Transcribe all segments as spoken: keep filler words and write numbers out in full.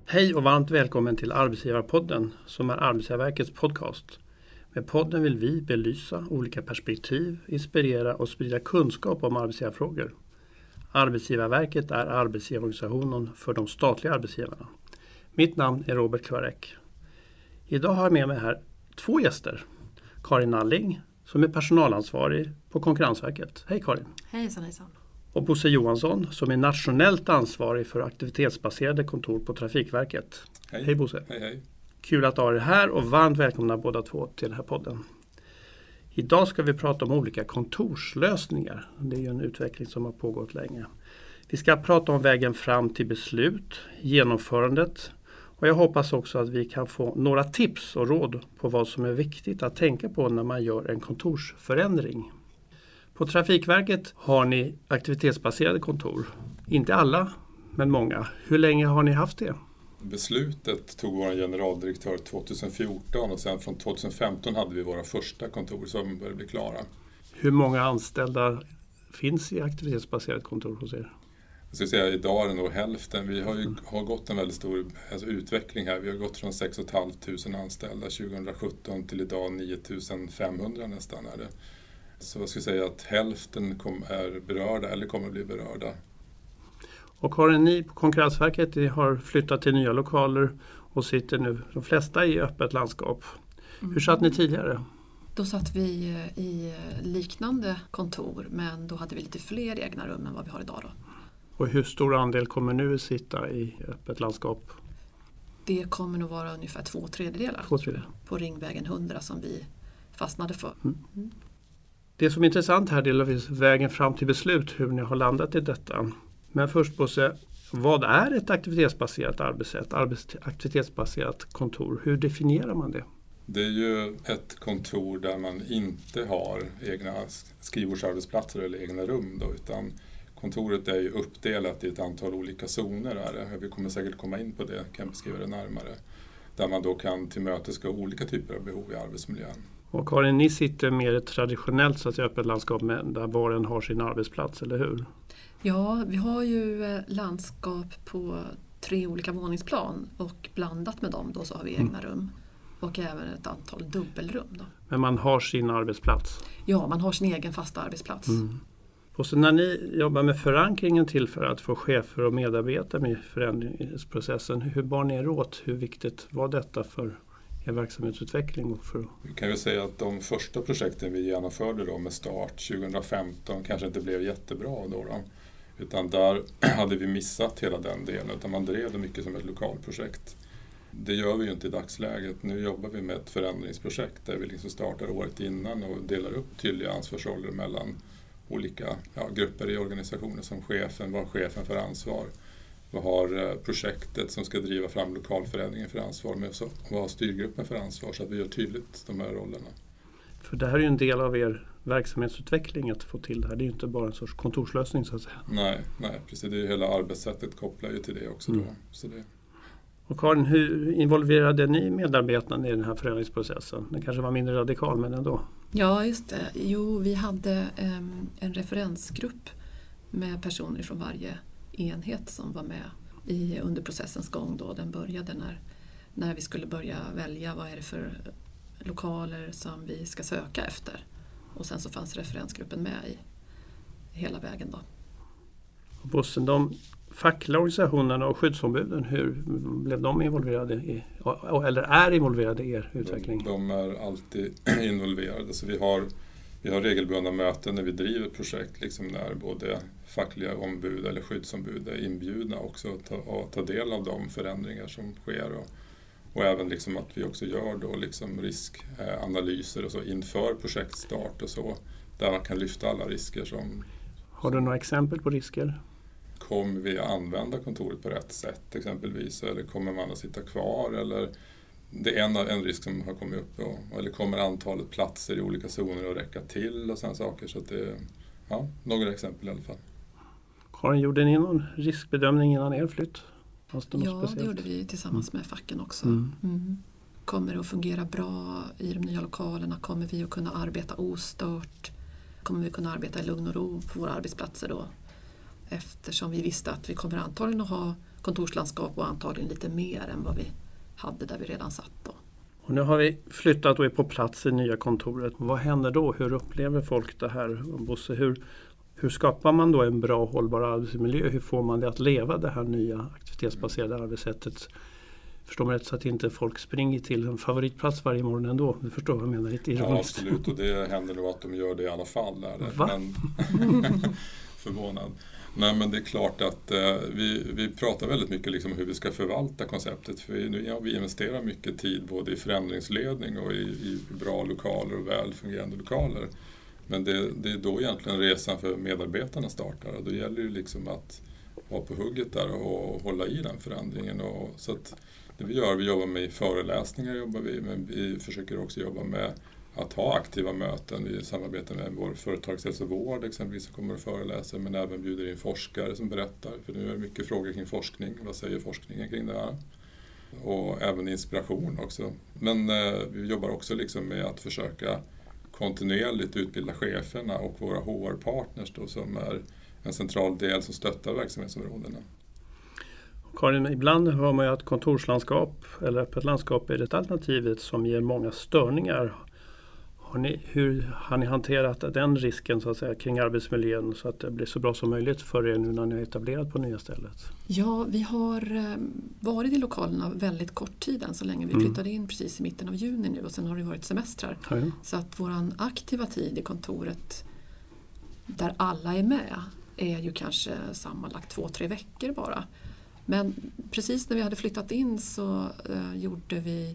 Hej och varmt välkommen till Arbetsgivarpodden som är Arbetsgivarverkets podcast. Med podden vill vi belysa olika perspektiv, inspirera och sprida kunskap om arbetsgivarfrågor. Arbetsgivarverket är arbetsgivarorganisationen för de statliga arbetsgivarna. Mitt namn är Robert Kvarek. Idag har jag med mig här två gäster. Karin Nalling som är personalansvarig på Konkurrensverket. Hej Karin. Hejsan hejsan. Och Bosse Johansson som är nationellt ansvarig för aktivitetsbaserade kontor på Trafikverket. Hej, hej Bosse. Hej, hej. Kul att ha er här och varmt välkomna båda två till den här podden. Idag ska vi prata om olika kontorslösningar. Det är ju en utveckling som har pågått länge. Vi ska prata om vägen fram till beslut, genomförandet och jag hoppas också att vi kan få några tips och råd på vad som är viktigt att tänka på när man gör en kontorsförändring. På Trafikverket har ni aktivitetsbaserade kontor. Inte alla, men många. Hur länge har ni haft det? Beslutet tog vår generaldirektör tjugohundrafjorton och sen från tjugohundrafemton hade vi våra första kontor som började bli klara. Hur många anställda finns i aktivitetsbaserat kontor hos er? Jag ska säga, idag är det nog hälften. Vi har ju har gått en väldigt stor alltså, utveckling här. Vi har gått från sex tusen femhundra anställda tjugosjutton till idag nio tusen femhundra nästan är det. Så jag skulle säga att hälften kom, är berörda eller kommer att bli berörda. Och har ni på Konkurrensverket ni har flyttat till nya lokaler och sitter nu de flesta i öppet landskap. Mm. Hur satt ni tidigare? Då satt vi i liknande kontor men då hade vi lite fler egna rum än vad vi har idag då. Och hur stor andel kommer nu att sitta i öppet landskap? Det kommer nog vara ungefär två tredjedelar Två tredjedelar. På Ringvägen hundra som vi fastnade för. Mm. Mm. Det som är intressant här är vägen fram till beslut, hur ni har landat i detta. Men först Bosse, vad är ett aktivitetsbaserat arbetssätt, aktivitetsbaserat kontor? Hur definierar man det? Det är ju ett kontor där man inte har egna skrivbordsarbetsplatser eller egna rum då, utan kontoret är ju uppdelat i ett antal olika zoner. Här. Vi kommer säkert komma in på det, kan beskriva det närmare. Där man då kan tillmötesgå olika typer av behov i arbetsmiljön. Och Karin, ni sitter mer traditionellt så att säga öppet landskap där var en har sin arbetsplats, eller hur? Ja, vi har ju landskap på tre olika våningsplan och blandat med dem då så har vi egna mm. rum. Och även ett antal dubbelrum då. Men man har sin arbetsplats? Ja, man har sin egen fasta arbetsplats. Mm. Och så när ni jobbar med förankringen till för att få chefer och medarbetare med förändringsprocessen, hur bar ni er åt? Hur viktigt var detta för er verksamhetsutveckling? Och för... Vi kan ju säga att de första projekten vi genomförde då med start tjugohundrafemton kanske inte blev jättebra då, då. Utan där hade vi missat hela den delen, utan man drev det mycket som ett lokalprojekt. Det gör vi ju inte i dagsläget. Nu jobbar vi med ett förändringsprojekt där vi liksom startar året innan och delar upp tydliga ansvarsroller mellan olika ja, grupper i organisationen som chefen, vad har chefen för ansvar? Vad har projektet som ska driva fram lokalförändringen för ansvar med så, vad har styrgruppen för ansvar så att vi gör tydligt de här rollerna. För det här är ju en del av er verksamhetsutveckling att få till det här. Det är ju inte bara en sorts kontorslösning så att säga. Nej, nej precis. Det är ju hela arbetssättet kopplar ju till det också. Mm. Då. Så det... Och Karin, hur involverade ni medarbetarna i den här förändringsprocessen? Den kanske var mindre radikal men ändå. Ja, just det. Jo, vi hade um, en referensgrupp med personer från varje enhet som var med i, under processens gång. Då. Den började när, när vi skulle börja välja vad är det för lokaler som vi ska söka efter. Och sen så fanns referensgruppen med i hela vägen då. Och Bossen, de fackliga organisationerna och skyddsombuden, hur blev de involverade i, eller är involverade i er utveckling? De, de är alltid involverade. Så vi har, vi har regelbundna möten när vi driver projekt, liksom när både fackliga ombud eller skyddsombud är inbjudna också att ta, att ta del av de förändringar som sker. Och, och även liksom att vi också gör då liksom riskanalyser och så inför projektstart och så, där man kan lyfta alla risker som... Har du några exempel på risker? Kommer vi att använda kontoret på rätt sätt exempelvis, eller kommer man att sitta kvar, eller det är en, en risk som har kommit upp och, eller kommer antalet platser i olika zoner att räcka till och sådana saker, så att det ja, några exempel i alla fall. Karin, gjorde ni någon riskbedömning innan er flytt? Ja, speciellt? Det gjorde vi tillsammans med facken också. Mm. Mm. Kommer det att fungera bra i de nya lokalerna? Kommer vi att kunna arbeta ostört? Kommer vi kunna arbeta i lugn och ro på våra arbetsplatser då? Eftersom vi visste att vi kommer antagligen att ha kontorslandskap och antagligen lite mer än vad vi hade där vi redan satt då. Och nu har vi flyttat och är på plats i nya kontoret. Vad händer då? Hur upplever folk det här? Bosse, hur, hur skapar man då en bra och hållbar arbetsmiljö? Hur får man det att leva det här nya aktivitetsbaserade arbetssättet? Förstår man rätt så att inte folk springer till en favoritplats varje morgon ändå? Du förstår vad jag menar, lite ironiskt. Ja, absolut, och det händer nog att de gör det i alla fall. Där. Va? Men förvånad. Nej, men det är klart att eh, vi, vi pratar väldigt mycket liksom hur vi ska förvalta konceptet. För vi, ja, vi investerar mycket tid både i förändringsledning och i, i bra lokaler och väl fungerande lokaler. Men det, det är då egentligen resan för medarbetarna startar. Och då gäller det liksom att vara på hugget där och hålla i den förändringen. Och, så att det vi gör, vi jobbar med föreläsningar, jobbar vi, men vi försöker också jobba med att ha aktiva möten. Vi samarbetar med vår företagshälsovård exempelvis som kommer att föreläsa, men även bjuder in forskare som berättar. För nu är det mycket frågor kring forskning. Vad säger forskningen kring det här? Och även inspiration också. Men eh, vi jobbar också liksom med att försöka kontinuerligt utbilda cheferna och våra H R-partners då, som är en central del som stöttar verksamhetsområdena. Karin, ibland hör man ju att kontorslandskap eller öppet landskap är ett alternativ som ger många störningar. Har ni, hur har ni hanterat den risken så att säga, kring arbetsmiljön så att det blir så bra som möjligt för er nu när ni är etablerat på nya stället? Ja, vi har varit i lokalerna väldigt kort tid än så länge. Vi flyttade in precis i mitten av juni nu och sen har det varit semestrar. Mm. Så att våran aktiva tid i kontoret där alla är med är ju kanske sammanlagt två, tre veckor bara. Men precis när vi hade flyttat in så eh, gjorde vi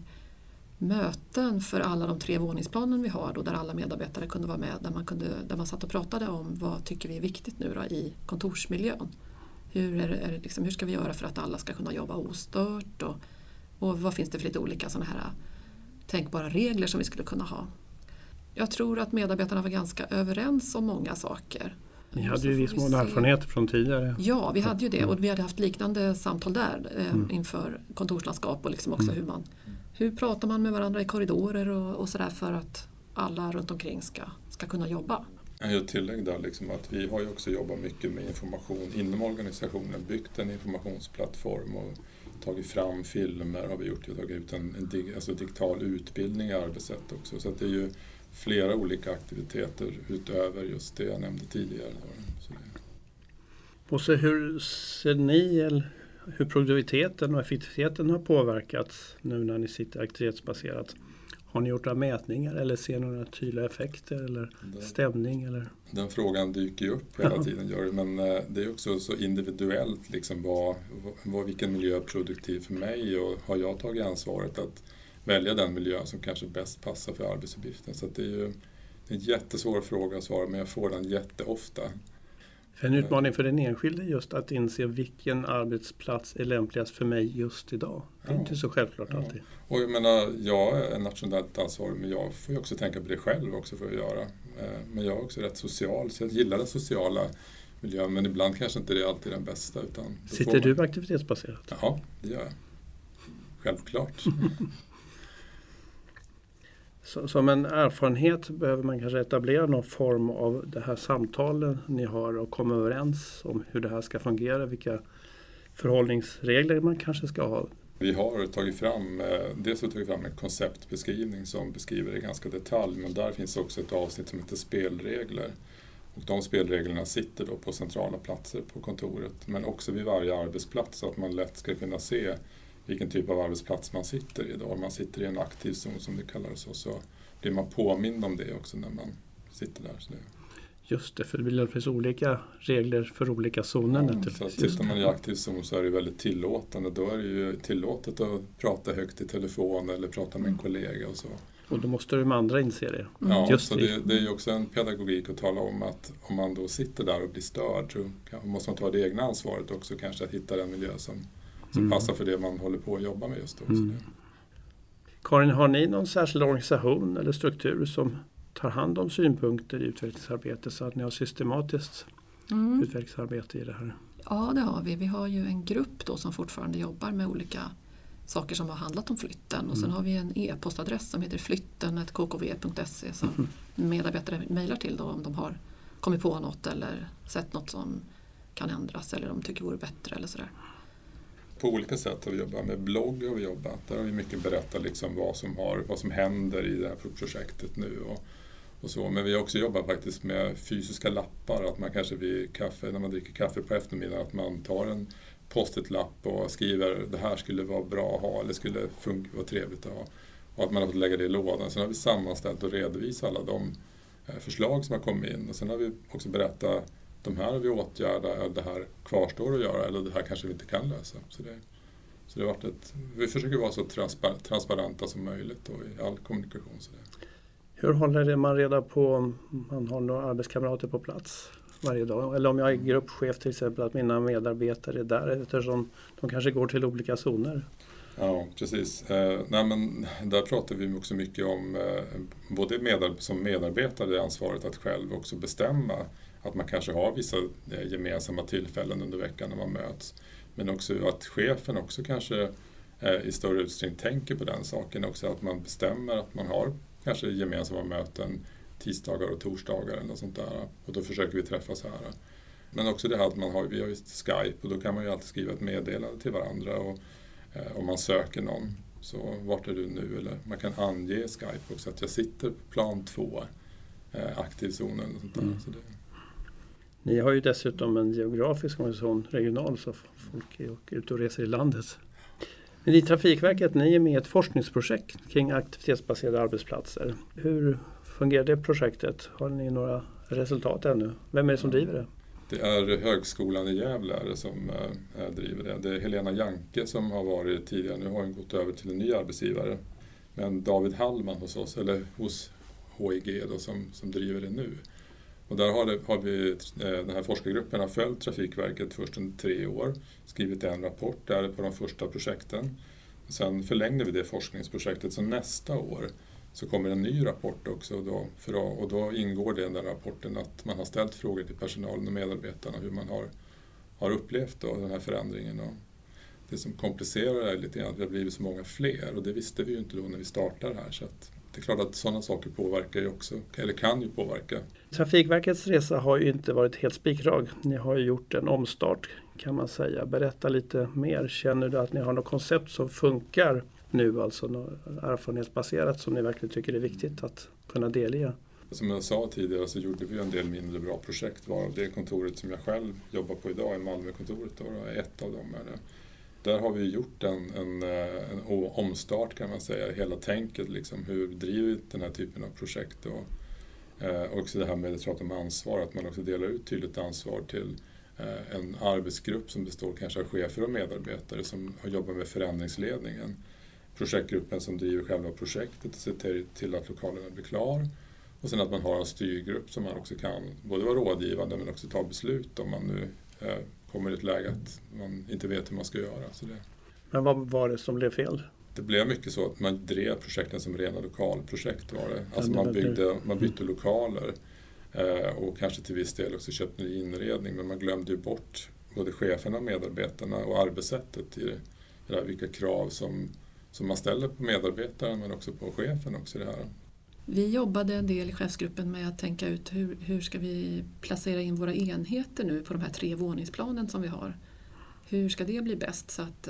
möten för alla de tre våningsplanen vi har då, där alla medarbetare kunde vara med, där man, kunde, där man satt och pratade om vad tycker vi är viktigt nu då i kontorsmiljön. Hur, är, är, liksom, hur ska vi göra för att alla ska kunna jobba ostört och, och vad finns det för lite olika sådana här tänkbara regler som vi skulle kunna ha. Jag tror att medarbetarna var ganska överens om många saker. Ni hade ju viss mån erfarenheter från tidigare. Ja, vi hade ju det och vi hade haft liknande samtal där eh, mm. inför kontorslandskap och liksom också mm. hur man hur pratar man med varandra i korridorer och, och sådär för att alla runt omkring ska, ska kunna jobba. Jag tillägger där liksom att vi har ju också jobbat mycket med information inom organisationen, byggt en informationsplattform och tagit fram filmer har vi gjort, och tagit ut en, en dig, alltså digital utbildning i arbetssätt också. Så att det är ju flera olika aktiviteter utöver just det jag nämnde tidigare. Så det... Och så hur ser ni eller hur produktiviteten och effektiviteten har påverkats nu när ni sitter aktivitetsbaserat? Har ni gjort några mätningar eller ser några tydliga effekter eller den, stämning? Eller? Den frågan dyker ju upp hela tiden, gör det, men det är också så individuellt liksom vad, vad, vilken miljö är produktiv för mig och har jag tagit ansvaret att välja den miljö som kanske bäst passar för arbetsuppgiften. Så att det är ju det är en jättesvår fråga att svara, men jag får den jätteofta. För en utmaning för den enskilde just att inse vilken arbetsplats är lämpligast för mig just idag. Det är ja. inte så självklart ja. alltid. Och jag menar, jag är nationellt ansvarig, men jag får ju också tänka på det själv också för att göra. Men jag är också rätt social, så jag gillar den sociala miljön, men ibland kanske inte det är alltid den bästa. Utan sitter du aktivitetsbaserat? Ja, det gör jag. Självklart. Så, som en erfarenhet behöver man kanske etablera någon form av det här samtalen ni har och komma överens om hur det här ska fungera, vilka förhållningsregler man kanske ska ha. Vi har tagit fram, dels har vi tagit fram en konceptbeskrivning som beskriver det ganska detalj, men där finns också ett avsnitt som heter spelregler. Och de spelreglerna sitter då på centrala platser på kontoret, men också vid varje arbetsplats så att man lätt ska kunna se vilken typ av arbetsplats man sitter i. Då. Om man sitter i en aktiv zon som det kallas, så, så blir man påmind om det också när man sitter där. Så det... Just det, för det blir precis olika regler för olika zoner. Ja, så tittar man i aktiv zon så är det väldigt tillåtande. Då är det ju tillåtet att prata högt i telefon eller prata med en kollega och så. Och då måste de andra inse det. Mm. Ja, just så det, det är ju också en pedagogik att tala om att om man då sitter där och blir störd så måste man ta det egna ansvaret också, kanske att hitta den miljö som som mm. passar för det man håller på att jobba med just då. Mm. Karin, har ni någon särskild organisation eller struktur som tar hand om synpunkter i utvecklingsarbete så att ni har systematiskt mm. utvecklingsarbete i det här? Ja, det har vi. Vi har ju en grupp då som fortfarande jobbar med olika saker som har handlat om flytten. Mm. Och sen har vi en e-postadress som heter flytten snabel-a k k v punkt se som mm. medarbetare mejlar till då om de har kommit på något eller sett något som kan ändras eller de tycker vore bättre eller sådär. På olika sätt har vi jobbat med blogg har vi jobbat. Där har vi mycket berättat liksom vad, som har, vad som händer i det här projektet nu. Och, och så. Men vi har också jobbat faktiskt med fysiska lappar. Att man kanske vid kaffe, när man dricker kaffe på eftermiddagen, att man tar en post-it-lapp och skriver det här skulle vara bra att ha eller skulle funka, vara trevligt att ha. Och att man har fått lägga det i lådan. Sen har vi sammanställt och redovisat alla de förslag som har kommit in. Och sen har vi också berättat de här har vi åtgärdat, det här kvarstår att göra eller det här kanske vi inte kan lösa. Så det, så det har varit ett, vi försöker vara så transpar- transparenta som möjligt då, i all kommunikation. Så det. Hur håller man reda på om man har några arbetskamrater på plats varje dag? Eller om jag är gruppchef till exempel, att mina medarbetare är där eftersom de kanske går till olika zoner? Ja, precis. Eh, nej, men där pratar vi också mycket om eh, både medar- som medarbetare ansvaret att själv också bestämma att man kanske har vissa eh, gemensamma tillfällen under veckan när man möts. Men också att chefen också kanske eh, i större utsträckning tänker på den saken också, att man bestämmer att man har kanske gemensamma möten tisdagar och torsdagar eller något sånt där. Och då försöker vi träffas här. Men också det här att man har, vi har ju Skype och då kan man ju alltid skriva ett meddelande till varandra och om man söker någon, så vart är du nu? Eller man kan ange Skype också att jag sitter på plan två, eh, aktiv zon eller sånt där. Mm. Så det... Ni har ju dessutom en geografisk organisation, regional, så folk är ute och reser i landet. Men i Trafikverket, ni är med i ett forskningsprojekt kring aktivitetsbaserade arbetsplatser. Hur fungerar det projektet? Har ni några resultat ännu? Vem är det som driver det? Det är Högskolan i Gävle som äh, driver det. Det är Helena Janke som har varit tidigare. Nu har hon gått över till en ny arbetsgivare. Men David Hallman hos oss, eller hos H I G då, som, som driver det nu. Och där har, det, har vi, äh, den här forskargruppen har följt Trafikverket först under tre år. Skrivit en rapport där på de första projekten. Sen förlängde vi det forskningsprojektet, så nästa år så kommer en ny rapport också då, för då, och då ingår det i den rapporten att man har ställt frågor till personalen och medarbetarna hur man har, har upplevt då, den här förändringen. Och det som komplicerar det är lite grann att vi har blivit så många fler och det visste vi ju inte då när vi startade här. Så att det är klart att sådana saker påverkar ju också, eller kan ju påverka. Trafikverkets resa har ju inte varit helt spikrak. Ni har ju gjort en omstart kan man säga. Berätta lite mer. Känner du att ni har något koncept som funkar nu, alltså något erfarenhetsbaserat som ni verkligen tycker är viktigt att kunna delge? Som jag sa tidigare så gjorde vi en del mindre bra projekt, varav det kontoret som jag själv jobbar på idag i Malmökontoret då, ett av dem är det. Där har vi gjort en, en, en omstart kan man säga, hela tänket liksom, hur driver vi den här typen av projekt och eh, också det här med att prata om ansvar, att man också delar ut tydligt ansvar till eh, en arbetsgrupp som består kanske av chefer och medarbetare som har jobbat med förändringsledningen. Projektgruppen som driver själva projektet och ser till att lokalerna blir klar. Och sen att man har en styrgrupp som man också kan både vara rådgivande men också ta beslut om man nu eh, kommer i ett läge att man inte vet hur man ska göra. Så det. Men vad var det som blev fel? Det blev mycket så att man drev projekten som rena lokalprojekt var det. Alltså man, byggde, man bytte lokaler eh, och kanske till viss del också köpte ny inredning, men man glömde ju bort både cheferna, medarbetarna och arbetssättet i det där, vilka krav som som man ställer på medarbetaren men också på chefen också det här. Vi jobbade en del i chefsgruppen med att tänka ut hur, hur ska vi placera in våra enheter nu på de här tre våningsplanen som vi har. Hur ska det bli bäst så att eh,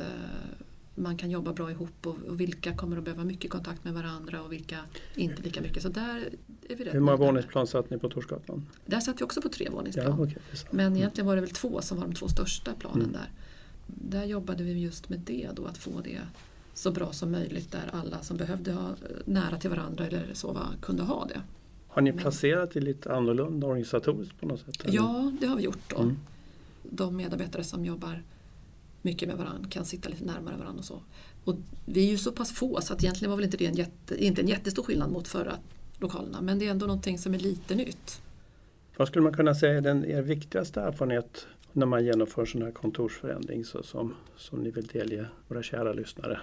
man kan jobba bra ihop och, och vilka kommer att behöva mycket kontakt med varandra och vilka inte lika mycket. Så där är vi rätt. Hur många våningsplan satt ni på Torsgatan? Där satt vi också på tre våningsplan. Ja, okay. Men egentligen var det väl två som var de två största planen mm. där. Där jobbade vi just med det då, att få det så bra som möjligt där alla som behövde ha nära till varandra eller så var, kunde ha det. Har ni placerat det lite annorlunda organisatoriskt på något sätt? Eller? Ja, det har vi gjort då. Mm. De medarbetare som jobbar mycket med varandra kan sitta lite närmare varandra och så. Och vi är ju så pass få så att egentligen var väl inte det en, jätte, inte en jättestor skillnad mot förra lokalerna. Men det är ändå någonting som är lite nytt. Vad skulle man kunna säga är den er viktigaste erfarenhet när man genomför sån här kontorsförändring så som, som ni vill delge våra kära lyssnare?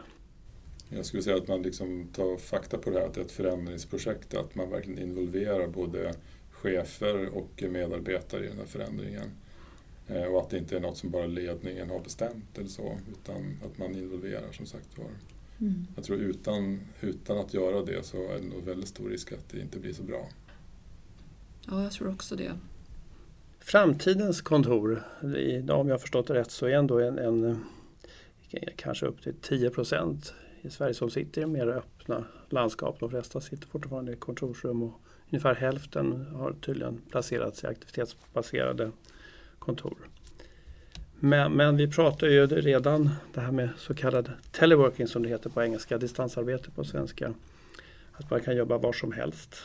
Jag skulle säga att man liksom tar fakta på det här, att det är ett förändringsprojekt, att man verkligen involverar både chefer och medarbetare i den här förändringen. Och att det inte är något som bara ledningen har bestämt eller så, utan att man involverar som sagt var. Mm. Jag tror utan, utan att göra det så är det nog väldigt stor risk att det inte blir så bra. Ja, jag tror också det. Framtidens kontor, idag om jag har förstått det rätt så är ändå en, en kanske upp till tio procent i Sverige som sitter i mer öppna landskap. De flesta sitter fortfarande i kontorsrum och ungefär hälften har tydligen placerats i aktivitetsbaserade kontor. Men, men vi pratar ju redan det här med så kallad teleworking som det heter på engelska, distansarbete på svenska. Att man kan jobba var som helst.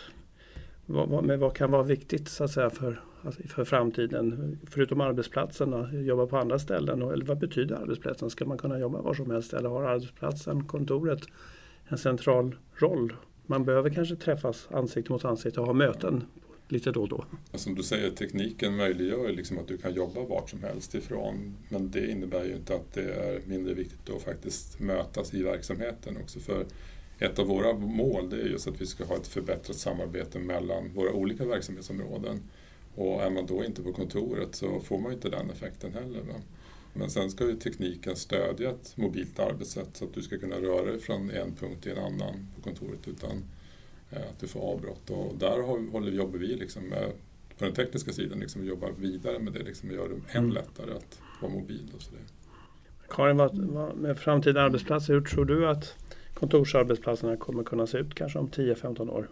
Vad, vad, men vad kan vara viktigt så att säga för, för framtiden? Förutom arbetsplatserna, jobba på andra ställen. Eller vad betyder arbetsplatsen? Ska man kunna jobba var som helst? Eller har arbetsplatsen, kontoret en central roll? Man behöver kanske träffas ansikte mot ansikte och ha möten lite då och då. Som du säger, tekniken möjliggör liksom att du kan jobba vart som helst ifrån. Men det innebär ju inte att det är mindre viktigt att faktiskt mötas i verksamheten också. För ett av våra mål det är just att vi ska ha ett förbättrat samarbete mellan våra olika verksamhetsområden. Och är man då inte på kontoret så får man inte den effekten heller. Va? Men sen ska ju tekniken stödja ett mobilt arbetssätt så att du ska kunna röra dig från en punkt till en annan på kontoret utan att du får avbrott. Och där håller, jobbar vi liksom med, på den tekniska sidan liksom, jobbar vidare med det liksom, och gör det än lättare att vara mobil. Och så det. Karin, vad, vad, med framtida arbetsplatser, hur tror du att kontorsarbetsplatserna kommer kunna se ut kanske om tio femton år?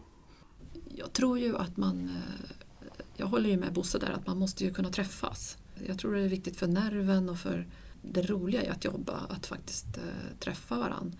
Jag tror ju att man, jag håller ju med Bosse där, att man måste ju kunna träffas. Jag tror det är viktigt för nerven och för det roliga i att jobba, att faktiskt äh, träffa varandra.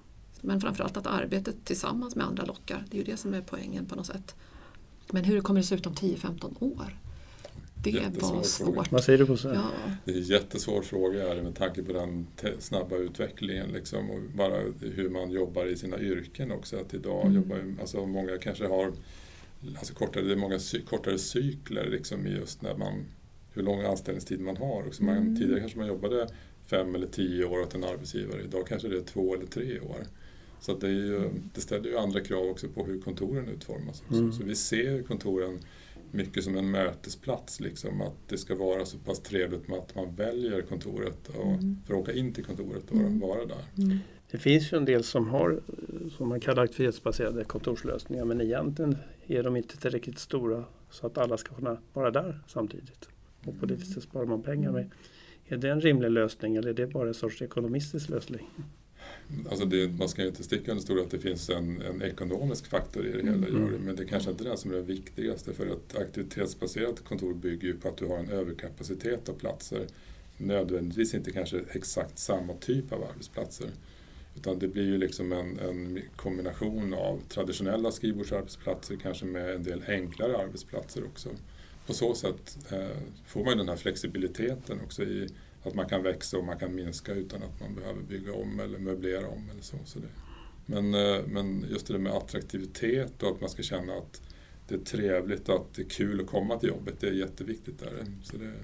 Men framförallt att arbetet tillsammans med andra lockar. Det är ju det som är poängen på något sätt. Men hur kommer det se ut om tio femton år? Det Jättesvår var svårt. Fråga. Vad säger du på så? Ja. Det är en jättesvår fråga här med tanke på den te- snabba utvecklingen. Liksom, och bara hur man jobbar i sina yrken också. Att idag mm. jobbar alltså många kanske har alltså kortare, det är många sy- kortare cykler liksom, just när man, hur lång anställningstid man har. Också man, mm. Tidigare kanske man jobbade fem eller tio år åt en arbetsgivare. Idag kanske det är två eller tre år. Så att det, är ju, det ställer ju andra krav också på hur kontoren utformas. Också. Mm. Så vi ser kontoren mycket som en mötesplats. Liksom, att det ska vara så pass trevligt med att man väljer kontoret och, mm. för att åka in till kontoret och mm. vara där. Mm. Det finns ju en del som har, som man kallar aktivitetsbaserade kontorslösningar, men egentligen är de inte tillräckligt stora så att alla ska kunna vara där samtidigt. Och på det viset sparar man pengar med. Är det en rimlig lösning eller är det bara en sorts ekonomistisk lösning? Alltså det, man ska ju inte sticka under stol att det finns en, en ekonomisk faktor i det hela, mm. men det är kanske inte det som är det viktigaste, för att aktivitetsbaserat kontor bygger ju på att du har en överkapacitet av platser, nödvändigtvis inte kanske exakt samma typ av arbetsplatser, utan det blir ju liksom en, en kombination av traditionella skrivbordsarbetsplatser kanske med en del enklare arbetsplatser också. På så sätt eh, får man ju den här flexibiliteten också i att man kan växa och man kan minska utan att man behöver bygga om eller möblera om eller så. så det. Men, men just det med attraktivitet och att man ska känna att det är trevligt, att det är kul att komma till jobbet, det är jätteviktigt där. Så det...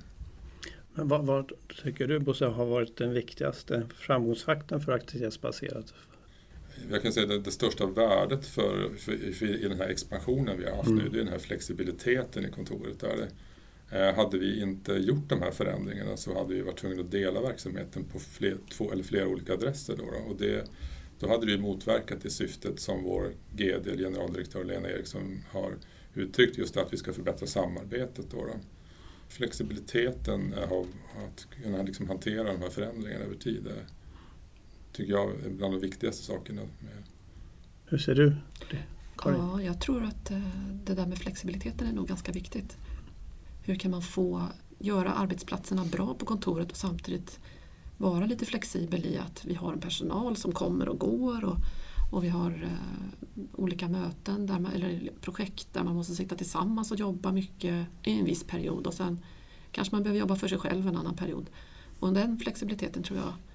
Men vad, vad tycker du, Bosse, har varit den viktigaste framgångsfaktorn för aktivitetsbaserat? Jag kan säga att det största värdet för, för, för i den här expansionen vi har haft mm. nu, det är den här flexibiliteten i kontoret där det. Hade vi inte gjort de här förändringarna så hade vi varit tvungna att dela verksamheten på fler, två eller flera olika adresser. Då, då. Och det, då hade vi motverkat det syftet som vår G D, generaldirektör Lena Eriksson, har uttryckt, just att vi ska förbättra samarbetet. Då, då. Flexibiliteten av att kunna liksom hantera de här förändringarna över tid är, tycker jag, är bland de viktigaste sakerna. Med. Hur ser du det, Karin? Ja, jag tror att det där med flexibiliteten är nog ganska viktigt. Hur kan man få göra arbetsplatserna bra på kontoret och samtidigt vara lite flexibel i att vi har en personal som kommer och går och, och vi har eh, olika möten där man, eller projekt där man måste sitta tillsammans och jobba mycket i en viss period och sen kanske man behöver jobba för sig själv en annan period. Och den flexibiliteten tror jag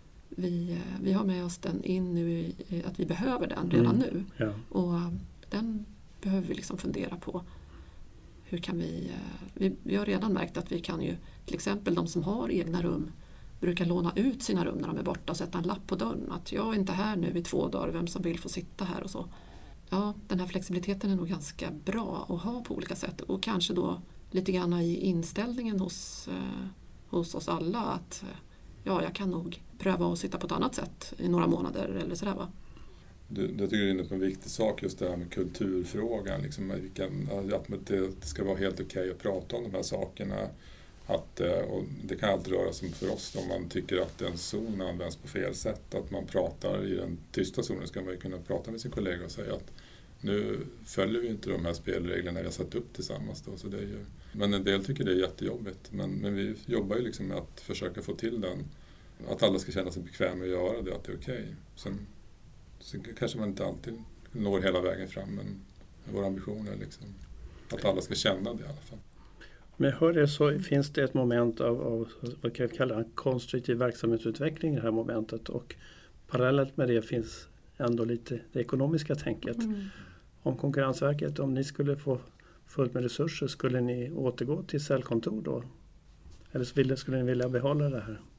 vi, vi har med oss den in nu i, att vi behöver den redan mm. nu. Ja. Och den behöver vi liksom fundera på. Hur kan vi, vi, vi har redan märkt att vi kan ju, till exempel de som har egna rum brukar låna ut sina rum när de är borta och sätta en lapp på dörren att jag är inte här nu i två dagar, vem som vill få sitta här och så. Ja, den här flexibiliteten är nog ganska bra att ha på olika sätt och kanske då lite grann i inställningen hos, eh, hos oss alla att ja, jag kan nog pröva att sitta på ett annat sätt i några månader eller sådär va. Du, jag tycker det är en viktig sak just det här med kulturfrågan. Liksom, vilken, att det ska vara helt okej att prata om de här sakerna. Att, och det kan alltid röra sig för oss om man tycker att en zon används på fel sätt. Att man pratar i den tysta zonen, ska man ju kunna prata med sin kollega och säga att nu följer vi inte de här spelreglerna vi har satt upp tillsammans. Då, så det är ju, men en del tycker det är jättejobbigt. Men, men vi jobbar ju liksom med att försöka få till den. Att alla ska känna sig bekväma med att göra det, att det är okej. Okay. Sen, sen kanske man inte alltid når hela vägen fram, men vår ambition är liksom att alla ska känna det i alla fall. Men hör det, så finns det ett moment av, av vad kan vi kalla en konstruktiv verksamhetsutveckling i det här momentet, och parallellt med det finns ändå lite det ekonomiska tänket. Mm. Om Konkurrensverket, om ni skulle få fullt med resurser, skulle ni återgå till säljkontor då? Eller så ville, skulle ni vilja behålla det här?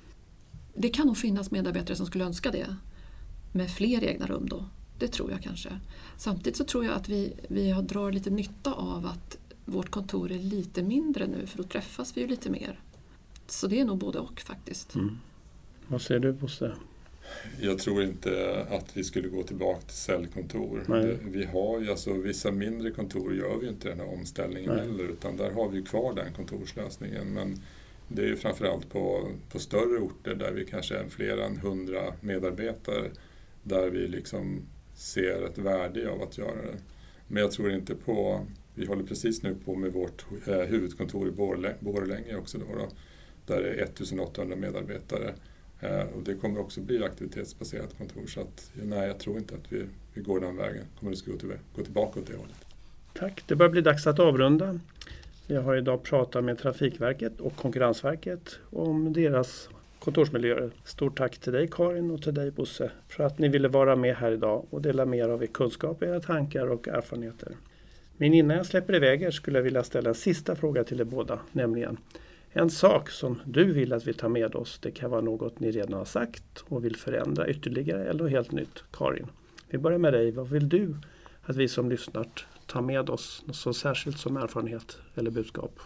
Det kan nog finnas medarbetare som skulle önska det, med fler egna rum då. Det tror jag kanske. Samtidigt så tror jag att vi, vi har drar lite nytta av att vårt kontor är lite mindre nu, för då träffas vi ju lite mer. Så det är nog både och faktiskt. Mm. Vad säger du, Bosse? Jag tror inte att vi skulle gå tillbaka till säljkontor. Det, vi har ju alltså vissa mindre kontor gör vi inte den här omställningen Nej. heller, utan där har vi kvar den kontorslösningen. Men det är ju framförallt på, på större orter där vi kanske är fler än hundra medarbetare, där vi liksom ser ett värde av att göra det. Men jag tror inte på, vi håller precis nu på med vårt eh, huvudkontor i Borlänge också då, då, där det är ettusenåttahundra medarbetare. Eh, och det kommer också bli aktivitetsbaserat kontor, så att nej, jag tror inte att vi, vi går den vägen. Kommer det gå, till, gå tillbaka åt det hållet. Tack, det börjar bli dags att avrunda. Jag har idag pratat med Trafikverket och Konkurrensverket om deras kontorsmiljöer. Stort tack till dig, Karin, och till dig, Bosse, för att ni ville vara med här idag och dela mer av er kunskap, era tankar och erfarenheter. Men innan jag släpper iväg er skulle jag vilja ställa en sista fråga till er båda, nämligen en sak som du vill att vi tar med oss. Det kan vara något ni redan har sagt och vill förändra ytterligare eller helt nytt. Karin, vi börjar med dig. Vad vill du att vi som lyssnar tar med oss, något så särskilt som erfarenhet eller budskap?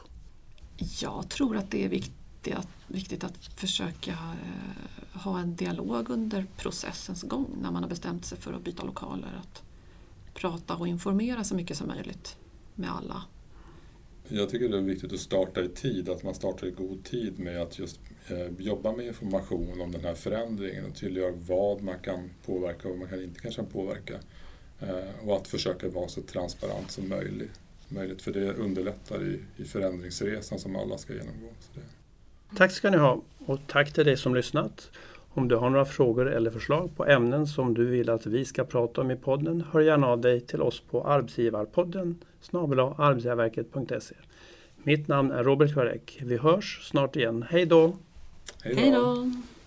Jag tror att det är viktigt att, viktigt att försöka eh, ha en dialog under processens gång när man har bestämt sig för att byta lokaler. Att prata och informera så mycket som möjligt med alla. Jag tycker det är viktigt att starta i tid, att man startar i god tid med att just eh, jobba med information om den här förändringen och tydliggöra vad man kan påverka och vad man kan inte kanske påverka. Eh, och att försöka vara så transparent som möjligt, möjligt för det underlättar i, i förändringsresan som alla ska genomgå. Så det. Tack ska ni ha, och tack till dig som lyssnat. Om du har några frågor eller förslag på ämnen som du vill att vi ska prata om i podden, hör gärna av dig till oss på arbetsgivarpodden snabel-a arbetsgivarverket punkt se. Mitt namn är Robert Kvarek. Vi hörs snart igen. Hej då! Hej då!